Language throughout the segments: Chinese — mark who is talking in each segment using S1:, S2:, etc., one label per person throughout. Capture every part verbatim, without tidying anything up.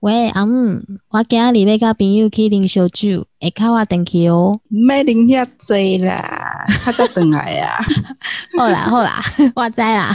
S1: 喂，阿姆，我今日要甲朋友去啉烧酒，会靠我回去哦。
S2: 唔免啉遐济啦，较早转来啊。
S1: 好啦好啦，我知啦。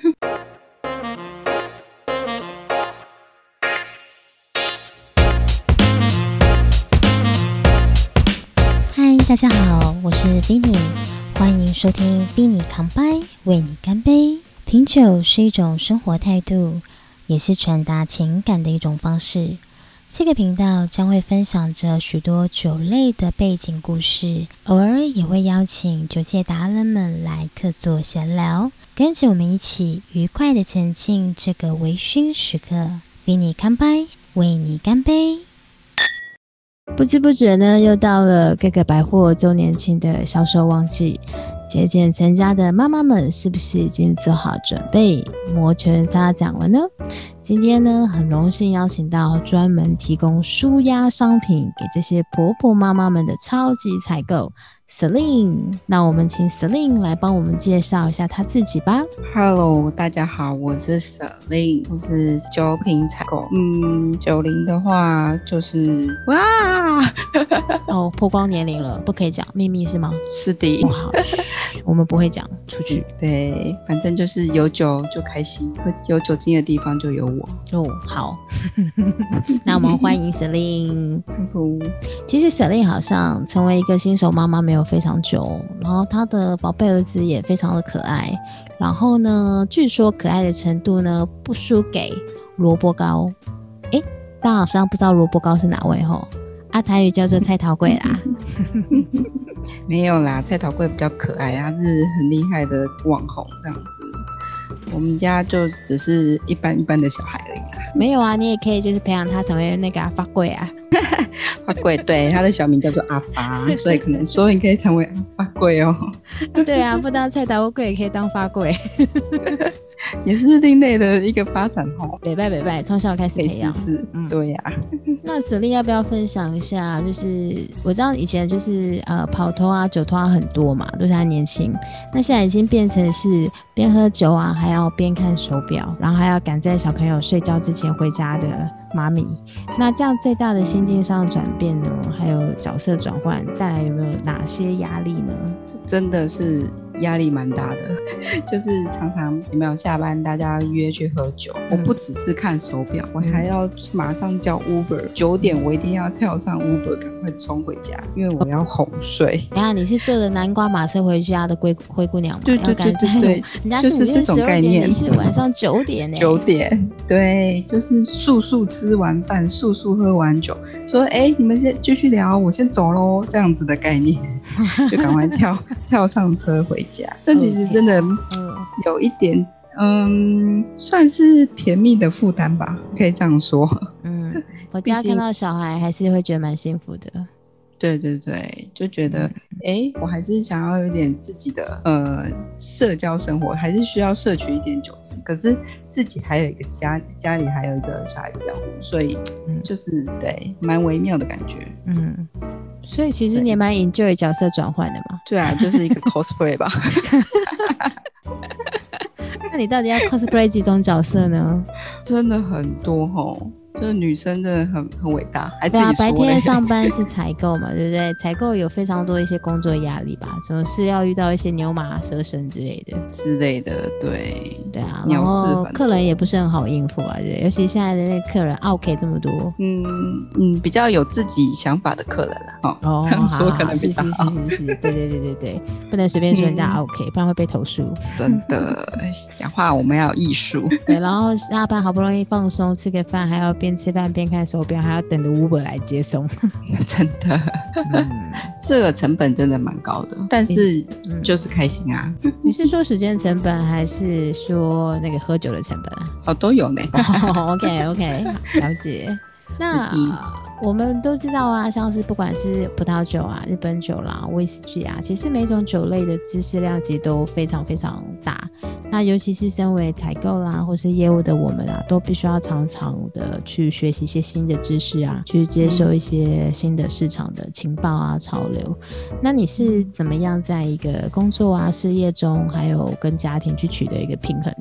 S1: 嗨，大家好，我是 Vinny， 欢迎收听 Vinny 扛掰，为你干杯。品酒是一种生活态度，也是传达情感的一种方式。这个频道将会分享着许多酒类的背景故事，偶尔也会邀请酒界达人们来客座闲聊，跟着我们一起愉快的前进这个微醺时刻。Vinny 干杯，为你干杯。不知不觉呢，又到了各个百货周年庆的销售旺季。节俭成家的妈妈们是不是已经做好准备摩拳擦掌了呢？今天呢，很荣幸邀请到专门提供舒压商品给这些婆婆妈妈们的超级采购 Celine。 那我们请 Celine 来帮我们介绍一下她自己吧。
S2: Hello， 大家好，我是 Celine， 我是酒品采购。嗯，九零的话就是哇，
S1: 哦，破光年龄了，不可以讲秘密是吗？
S2: 是的，
S1: 哦、好，我们不会讲出去。
S2: 对，反正就是有酒就开心，有酒精的地方就有我。
S1: 哦，好，那我们欢迎 Celine。
S2: 嗯、
S1: 其实 Celine 好像成为一个新手妈妈没有非常久，然后她的宝贝儿子也非常的可爱，然后呢，据说可爱的程度呢不输给萝卜糕。诶，大家好像不知道萝卜糕是哪位吼？啊，台语叫做菜头粿啦。
S2: 没有啦，菜头粿比较可爱，他是很厉害的网红这样子。我们家就只是一般一般的小孩而已啦。
S1: 没有啊，你也可以就是培养他成为那个发粿啊。
S2: 发粿，对，他的小名叫做阿发，所以可能说你可以成为阿发粿哦。
S1: 对啊，不当菜头粿也可以当发粿。
S2: 也是另类的一个发展哦。
S1: 北拜北拜，从小开始培养。
S2: 是、嗯，对呀、啊。
S1: 那Celine要不要分享一下？就是我知道以前就是呃跑脱啊、酒托啊很多嘛，都是他年轻。那现在已经变成是边喝酒啊，还要边看手表，然后还要赶在小朋友睡觉之前回家的妈咪。那这样最大的心境上转变呢，还有角色转换带来有没有哪些压力呢？
S2: 这真的是压力蛮大的，就是常常有没有下班大家约去喝酒、嗯、我不只是看手表，我还要马上叫 Uber， 九点我一定要跳上 Uber 赶快冲回家，因为我要哄睡。
S1: 等一下你是坐着南瓜马车回家的灰灰姑娘吗？
S2: 对对对对对，
S1: 人家是午夜十二点，你是晚上九点呢、欸？
S2: 九点，对，就是速速吃完饭，速速喝完酒，说哎、欸，你们先继续聊，我先走咯，这样子的概念，就赶快跳跳上车回家。但其实真的有一点，嗯，算是甜蜜的负担吧，可以这样说。
S1: 嗯，我家看到小孩还是会觉得蛮幸福的。
S2: 对对对，就觉得哎、欸，我还是想要有点自己的呃社交生活，还是需要摄取一点酒精，可是自己还有一个家，家里还有一个小孩子要顾，所以就是对蛮微妙的感觉。嗯，
S1: 所以其实你也蛮 enjoy 角色转换的嘛。
S2: 对啊，就是一个 cosplay 吧。
S1: 那你到底要 cosplay 几种角色呢？
S2: 真的很多齁。这个女生真的很很伟大，还自己说。
S1: 对啊，白天上班是采购嘛，对不对？采购有非常多一些工作压力吧，总是要遇到一些牛马蛇神之类的
S2: 之类的，对
S1: 对啊，然后客人也不是很好应付啊，对，尤其现在的那个客人 OK 这么多，
S2: 嗯嗯，比较有自己想法的客人啦，哦，哦这样说可能比较好，
S1: 是是是是是，对对对对对，不能随便说人家 OK，、嗯、不然会被投诉。
S2: 真的，讲话我们要有艺术。
S1: 对，然后下班好不容易放松，吃个饭还要边吃饭边看手表，还要等着 Uber 来接送。
S2: 真的、嗯、这个成本真的蛮高的，但是就是开心啊。
S1: 你, 你是说时间成本还是说那个喝酒的成本啊？
S2: 哦，都有呢。
S1: 哦、OK OK， 了解。那我们都知道啊，像是不管是葡萄酒啊、日本酒啦、威士忌啊，其实每种酒类的知识量其实都非常非常大。那尤其是身为采购啦或是业务的我们啊，都必须要常常的去学习一些新的知识啊，去接受一些新的市场的情报啊、潮流。那你是怎么样在一个工作啊、事业中，还有跟家庭去取得一个平衡呢？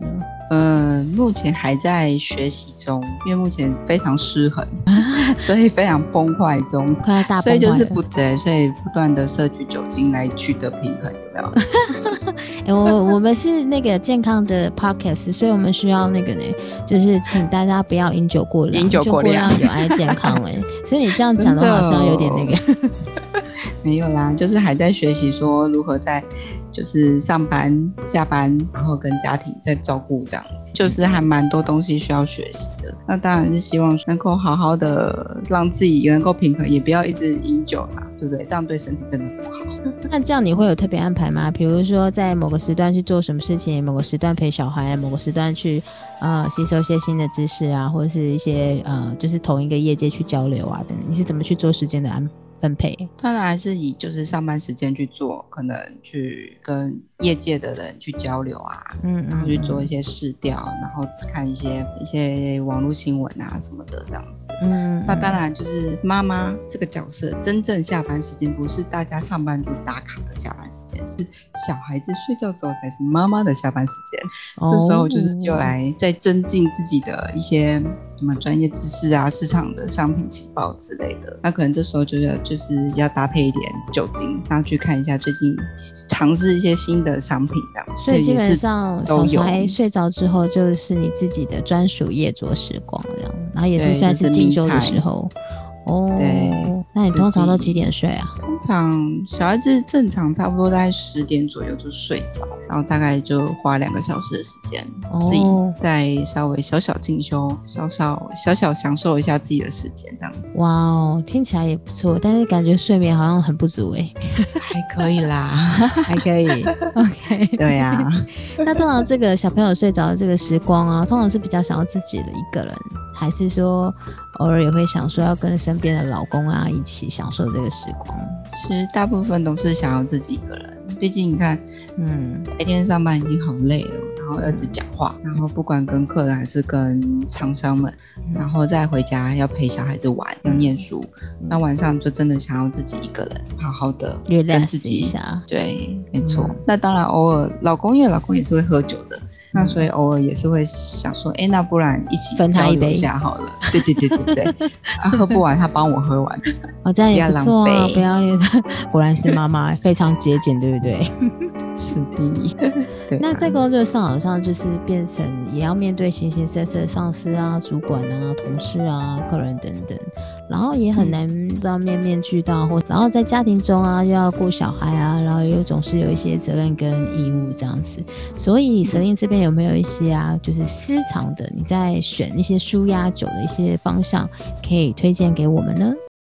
S2: 呃，目前还在学习中，因为目前非常失衡，所以非常崩坏中，
S1: 快要大崩坏了，
S2: 所以就是不对，所以不断的摄取酒精来取得平衡，有没有？
S1: 欸、我我们是那个健康的 podcast， 所以我们需要那个呢，就是请大家不要饮酒过量，
S2: 饮酒过量
S1: 有碍健康哎、欸。所以你这样讲的话，好像有点那个。
S2: 没有啦，就是还在学习说如何在就是上班下班，然后跟家庭在照顾这样子，就是还蛮多东西需要学习的。那当然是希望能够好好的让自己能够平衡，也不要一直饮酒啦，对不对？这样对身体真的不好。
S1: 那这样你会有特别安排吗？比如说在某个时段去做什么事情，某个时段陪小孩，某个时段去呃吸收一些新的知识啊，或者是一些呃就是同一个业界去交流啊等等，你是怎么去做时间的安排？分配？
S2: 当然还是以就是上班时间去做，可能去跟业界的人去交流啊，嗯嗯，然后去做一些市调，然后看一些一些网络新闻啊什么的这样子。嗯，那当然就是妈妈这个角色，真正下班时间不是大家上班族打卡的下班时间，是小孩子睡觉之后才是妈妈的下班时间。哦，这时候就是就来再增进自己的一些什么专业知识啊、市场的商品情报之类的。那可能这时候就要就是要搭配一点酒精，然后去看一下最近尝试一些新的商品这样。
S1: 所以基本上小孩睡着之后就是你自己的专属夜桌时光这样，然后也是算是进修的时候。哦，对，那你通常都几点睡啊？
S2: 通常小孩子正常差不多在十点左右就睡着，然后大概就花两个小时的时间，哦，自己再稍微小小进修，稍稍小小享受一下自己的时间这样。
S1: 哇哦，听起来也不错，但是感觉睡眠好像很不足哎。
S2: 还可以啦，
S1: 还可以。OK，
S2: 对呀，啊。
S1: 那通常这个小朋友睡着的这个时光啊，通常是比较想要自己的一个人，还是说偶尔也会想说要跟身边的老公啊一起享受这个时光？
S2: 其实大部分都是想要自己一个人，毕竟你看，嗯，白天上班已经好累了，然后要一直讲话，然后不管跟客人还是跟厂商们，然后再回家要陪小孩子玩，要念书，那晚上就真的想要自己一个人好好的跟自己
S1: 一下。
S2: 对，没错。嗯，那当然偶尔老公，因为老公也是会喝酒的。那所以偶尔也是会想说，哎、欸，那不然一起交流一下好了。对对对对对，啊，喝不完他帮我喝完，
S1: 哦，这样也不错啊，不要也果然是妈妈，非常节俭，对不对？
S2: 是的，对、啊。
S1: 那在工作上好像就是变成也要面对形形色色的上司啊、主管啊、同事啊、客人等等，然后也很难到面面俱到，或然后在家庭中啊又要顾小孩啊，然后又总是有一些责任跟义务这样子。所以舍令这边有没有一些啊，就是私藏的，你在选一些抒压酒的一些方向，可以推荐给我们呢？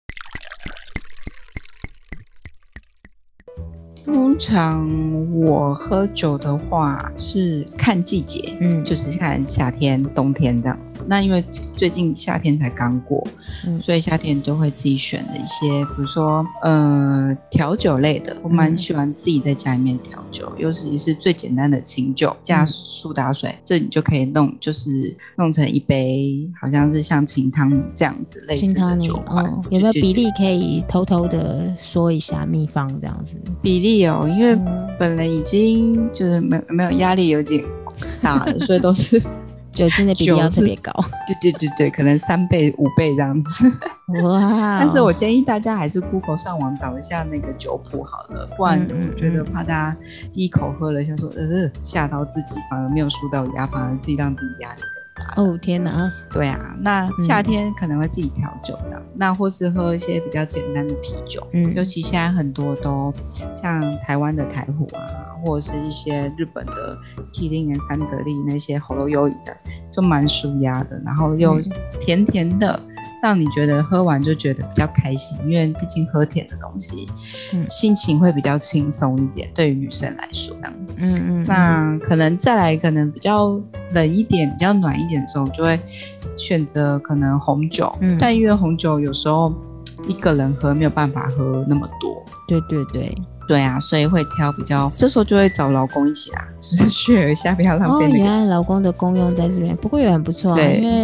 S2: 通常我喝酒的话是看季节，嗯，就是看夏天、冬天这样子。那因为最近夏天才刚过，嗯，所以夏天就会自己选的一些，比如说呃调酒类的，我蛮喜欢自己在家里面调酒，嗯，尤其是最简单的清酒加苏打水，嗯，这你就可以弄，就是弄成一杯，好像是像清汤米这样子类似的酒款，哦。
S1: 有没有比例可以偷偷的说一下秘方这样子？
S2: 比例哦，因为本来已经就是没没有压力有点大了，所以都是
S1: 酒精的比例要特别高。
S2: 对对对对，可能三倍五倍这样子。哇！但是我建议大家还是 Google 上网找一下那个酒谱好了，不然我觉得怕大家第一口喝了一下说呃吓到自己，反而没有舒到压，反而自己让自己压力。
S1: 哦天哪！
S2: 对啊，那夏天可能会自己调酒的，嗯，那或是喝一些比较简单的啤酒，嗯，尤其现在很多都像台湾的台虎啊，或者是一些日本的麒麟跟三得利那些喉咙优饮的，就蛮舒压的，然后又甜甜的，嗯，让你觉得喝完就觉得比较开心，因为毕竟喝甜的东西，嗯，心情会比较轻松一点，对于女生来说这样子。嗯嗯。那可能再来，可能比较冷一点、比较暖一点的时候，就会选择可能红酒，嗯，但因为红酒有时候一个人喝没有办法喝那么多。
S1: 对对对。
S2: 对啊，所以会挑比较，这时候就会找老公一起啦，就是 share 一下，不要浪费那个。
S1: 哦，原来老公的功用在这边，不过也很不错啊，因为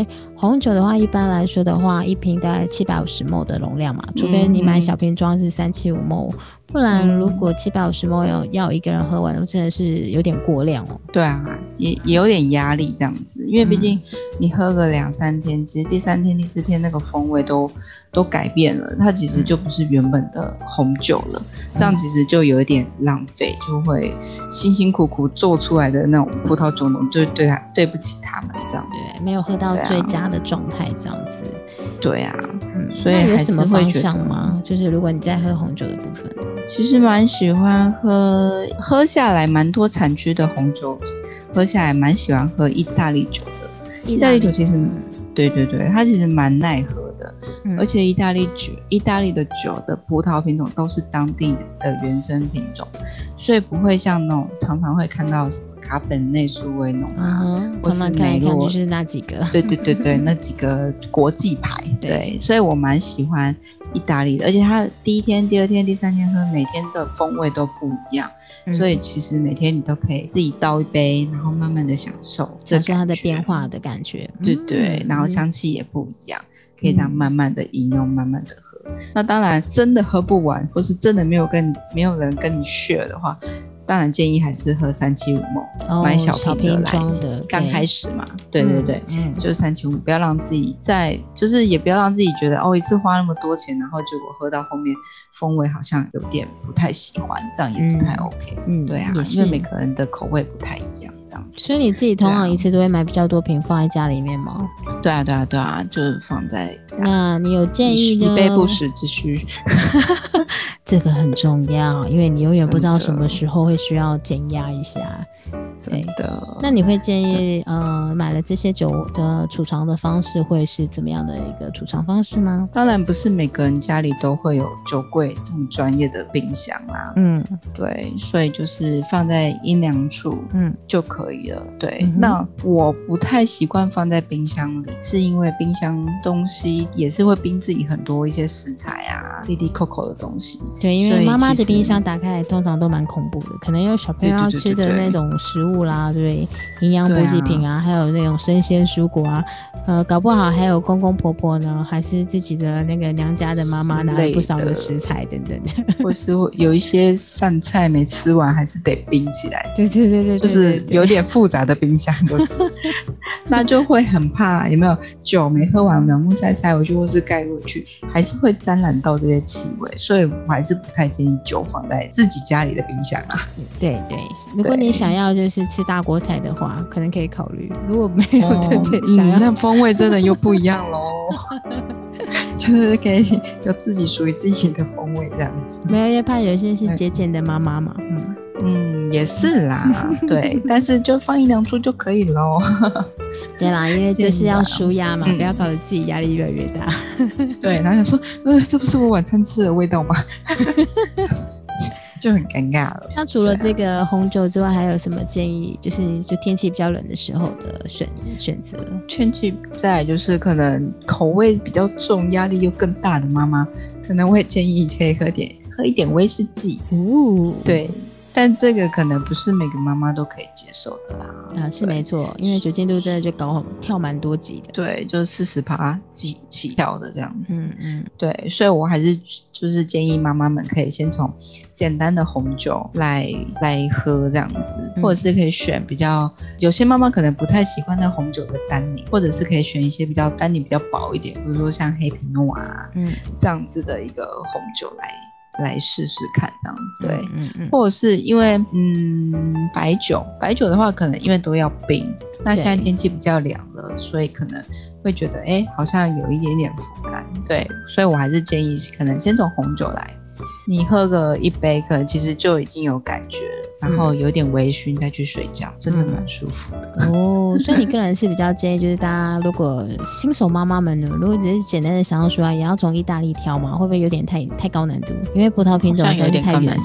S1: 红酒的话，一般来说的话，一瓶大概七百五十 ml 的容量嘛，除非你买小瓶装是三百七十五 ml，不然如果七百五十 ml 要要一个人喝完，真的是有点过量哦。
S2: 对啊，也也有点压力这样子，因为毕竟你喝个两三天，其实第三天、第四天那个风味都都改变了，它其实就不是原本的红酒了，这样其实就有一点浪费，就会辛辛苦苦做出来的那种葡萄酒农就对他对不起他们这样。
S1: 对，没有喝到最佳的状态这样子。
S2: 对啊，
S1: 嗯，
S2: 所以
S1: 那有什么方
S2: 还是会觉得
S1: 向吗？就是如果你在喝红酒的部分，
S2: 其实蛮喜欢喝，喝下来蛮多产区的红酒，喝下来蛮喜欢喝意大利酒的。意大利酒其实，对对对，它其实蛮耐喝的，嗯、而且意大利酒、意大利的酒的葡萄品种都是当地的原生品种，所以不会像那种常常会看到什么卡本内苏维农啊，
S1: 嗯、或是梅洛，就是那几个，
S2: 对对对对，那几个国际牌，对，对，所以我蛮喜欢意大利的，而且它第一天、第二天、第三天喝，每天的风味都不一样，嗯、所以其实每天你都可以自己倒一杯，然后慢慢的享受，
S1: 享受它的变化的感觉，
S2: 对对，嗯、然后香气也不一样，可以这样慢慢的饮用，慢慢的喝。那当然，真的喝不完，或是真的没有跟没有人跟你 share 的话。当然建议还是喝三七五 ml，哦、买小瓶的来，刚开始嘛，对对对，嗯、就是三七五，不要让自己在，就是也不要让自己觉得哦一次花那么多钱，然后结果喝到后面风味好像有点不太喜欢，这样也不太 OK，嗯，对啊，因为每个人的口味不太一样。
S1: 所以你自己通常一次都会买比较多瓶放在家里面吗？
S2: 对啊对啊对啊，就是放在家。
S1: 那你有建议呢？
S2: 以备不时之需。
S1: 这个很重要，因为你永远不知道什么时候会需要减压一下。
S2: 真的。
S1: 那你会建议呃买了这些酒的储藏的方式会是怎么样的一个储藏方式吗？
S2: 当然不是每个人家里都会有酒柜这么专业的冰箱啦。嗯，对，所以就是放在阴凉处，嗯，就可以了。对，嗯、那我不太习惯放在冰箱里，是因为冰箱东西也是会冰自己很多一些食材啊，滴滴扣扣的东西。
S1: 对，因为妈妈的冰箱打开来通常都蛮恐怖的，可能有小朋友要吃的那种食物啦，对，营养补给品啊，还有那种生鲜蔬果啊，呃，搞不好还有公公婆婆呢，还是自己的那个娘家的妈妈拿了不少的食材等等的，
S2: 或是有一些饭菜没吃完还是得冰起来。
S1: 对对对 对, 对, 对, 对，
S2: 就是有点复杂的冰箱都是，那就会很怕有没有酒没喝完，软木塞塞回去或是盖过去，还是会沾染到这些气味，所以我还是不太建议酒放在自己家里的冰箱啊。
S1: 对对，如果你想要就是吃大锅菜的话，可能可以考虑；如果没有特别想要、
S2: 嗯，那风味真的又不一样咯。就是可以有自己属于自己的风味这样子。
S1: 没有，因为怕有些是节俭的妈妈嘛。嗯
S2: 嗯，也是啦，对，但是就放一两处就可以咯。
S1: 对啦，因为就是要舒压嘛，嗯、不要搞得自己压力越来越大。
S2: 对，然后想说，呃，这不是我晚餐吃的味道吗？就很尴尬了。
S1: 那除了这个红酒之外，还有什么建议？就是就天气比较冷的时候的选选择。
S2: 天气再来就是可能口味比较重、压力又更大的妈妈，可能会建议可以喝点喝一点威士忌。哦，对。但这个可能不是每个妈妈都可以接受的啦。
S1: 啊，是没错，因为酒精度真的就高跳蛮多级的。
S2: 对，就是四十趴起起跳的这样子。嗯嗯，对，所以我还是就是建议妈妈们可以先从简单的红酒来来喝这样子，嗯、或者是可以选比较，有些妈妈可能不太喜欢那红酒的单宁，或者是可以选一些比较单宁比较薄一点，比如说像黑皮诺啊，嗯，这样子的一个红酒来。来试试看这样子，对，嗯嗯，或者是因为嗯白酒，白酒的话可能因为都要冰，那现在天气比较凉了，所以可能会觉得哎、欸、好像有一点点负担，对，所以我还是建议可能先从红酒来，你喝个一杯可能其实就已经有感觉了，然后有点微醺再去睡觉，真的蛮舒服的、
S1: 嗯、哦。所以你个人是比较建议就是大家如果新手妈妈们呢，如果只是简单的想要说也要从意大利挑嘛，会不会有点太太高难度？因为葡萄品种实在是太原始，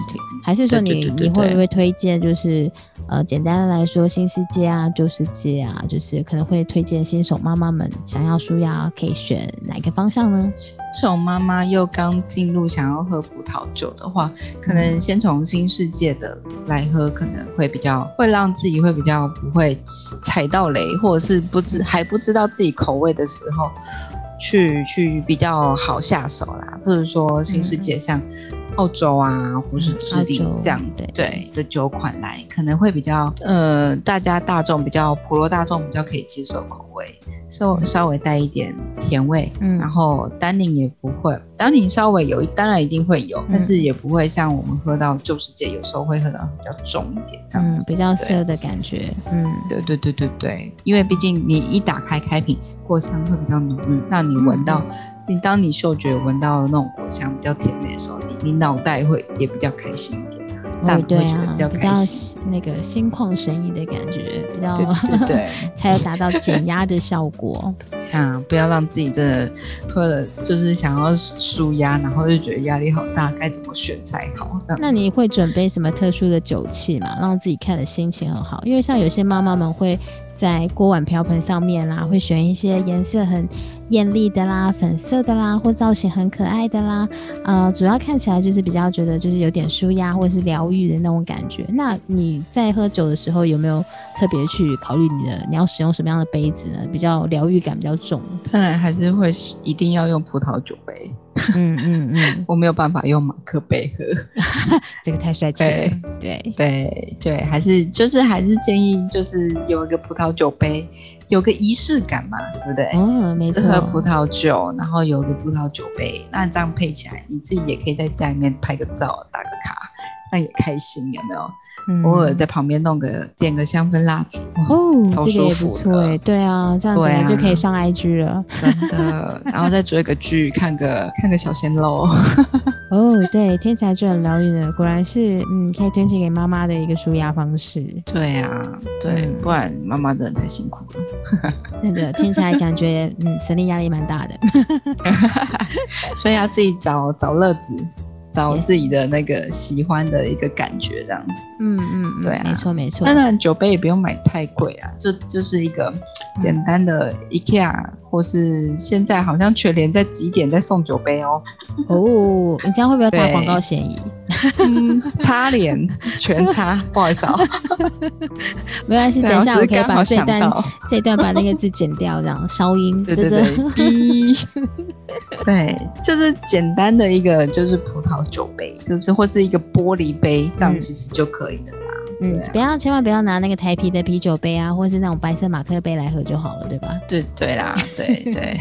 S1: 还是说你
S2: 对对对对对
S1: 你会不会推荐就是呃简单的来说新世界啊旧世界啊，就是可能会推荐新手妈妈们想要舒压可以选哪个方向呢？
S2: 新手妈妈又刚进入想要喝葡萄酒的话，可能先从新世界的来喝，可能会比较会让自己会比较不会踩到雷，或者是不知还不知道自己口味的时候去去比较好下手啦。或者说新世界像澳洲啊或是智利这样子、嗯、对, 对的酒款来，可能会比较呃大家大众比较普罗大众比较可以接受口味，稍稍微带一点甜味、嗯、然后单宁也不会，单宁稍微有当然一定会有、嗯、但是也不会像我们喝到旧世界有时候会喝到比较重一点这样子、
S1: 嗯、比较涩的感觉。嗯，
S2: 对对对对对，因为毕竟你一打开开瓶果香会比较浓郁，那你闻到、嗯、你当你嗅觉闻到那种果香比较甜美的时候，你你脑袋会也比较开心一点。
S1: 哦，对啊，比较比较那个心旷神怡的感觉，比较
S2: 对对 对, 对
S1: 才有达到减压的效果。
S2: 对啊，不要让自己真的喝了就是想要舒压，然后就觉得压力好大，该怎么选才好？那,
S1: 那你会准备什么特殊的酒器吗？让自己看了心情很好？因为像有些妈妈们会在锅碗瓢盆上面啦，会选一些颜色很艳丽的啦、粉色的啦，或造型很可爱的啦，呃，主要看起来就是比较觉得就是有点舒压或是疗愈的那种感觉。那你在喝酒的时候有没有特别去考虑你的你要使用什么样的杯子呢？比较疗愈感比较重？
S2: 当然还是会一定要用葡萄酒杯。
S1: 嗯嗯嗯，
S2: 我没有办法用马克杯喝，
S1: 这个太帅气了。对对
S2: 对对，还是就是还是建议就是有一个葡萄酒杯，有个仪式感嘛，对不对？
S1: 嗯，没错。
S2: 喝葡萄酒，然后有个葡萄酒杯，那这样配起来，你自己也可以在家里面拍个照、打个卡，那也开心，有没有？嗯、偶尔在旁边弄个点个香氛蜡烛
S1: 哦，这个也不错哎，对啊，这样子你就可以上 I G 了，
S2: 真的。然后再追个剧，看个看个小鲜肉。
S1: 哦，对，听起来就很疗愈的，果然是嗯，可以推荐给妈妈的一个舒压方式。
S2: 对啊，对，嗯、不然妈妈真的太辛苦了。
S1: 真的听起来感觉嗯，神力压力蛮大的。
S2: 所以要自己找找乐子。找自己的那个喜欢的一个感觉，这样子。
S1: 嗯嗯，对啊，没错没错。
S2: 当然酒杯也不用买太贵啊，就就是一个简单的 IKEA、嗯、或是现在好像全联在几点在送酒杯哦。
S1: 哦，你这样会不会打广告嫌疑？
S2: 嗯，擦脸全擦，不好意思啊、哦。
S1: 没关系，等一下我可以把这一段这一段把那个字剪掉，这样消音。
S2: 对对对，哔。对，就是简单的一个就是葡萄酒杯，就是或是一个玻璃杯，这样其实就可以了啦。
S1: 嗯，啊、不要千万不要拿那个台啤的啤酒杯啊，或是那种白色马克杯来喝就好了，对吧？
S2: 对对啦，对对。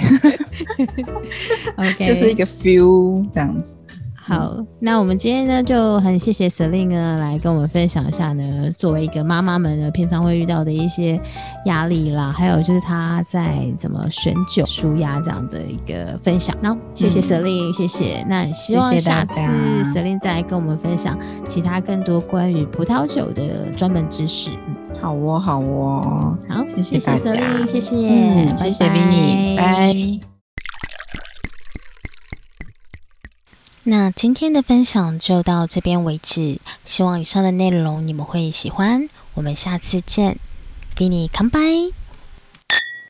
S1: OK，
S2: 就是一个 feel 这样子。
S1: 好，那我们今天呢就很谢谢 Celine 呢来跟我们分享一下呢，作为一个妈妈们呢平常会遇到的一些压力啦，还有就是她在怎么选酒舒压这样的一个分享。然后谢谢 Celine、嗯、谢谢。那希望下次 Celine 再来跟我们分享其他更多关于葡萄酒的专门知识。
S2: 好哦好哦，
S1: 好，
S2: 谢谢大家，
S1: 谢谢 Celine， 谢谢、
S2: 嗯、谢谢 Vinny， 拜。
S1: 那今天的分享就到这边为止，希望以上的内容你们会喜欢，我们下次见，Vinny come by。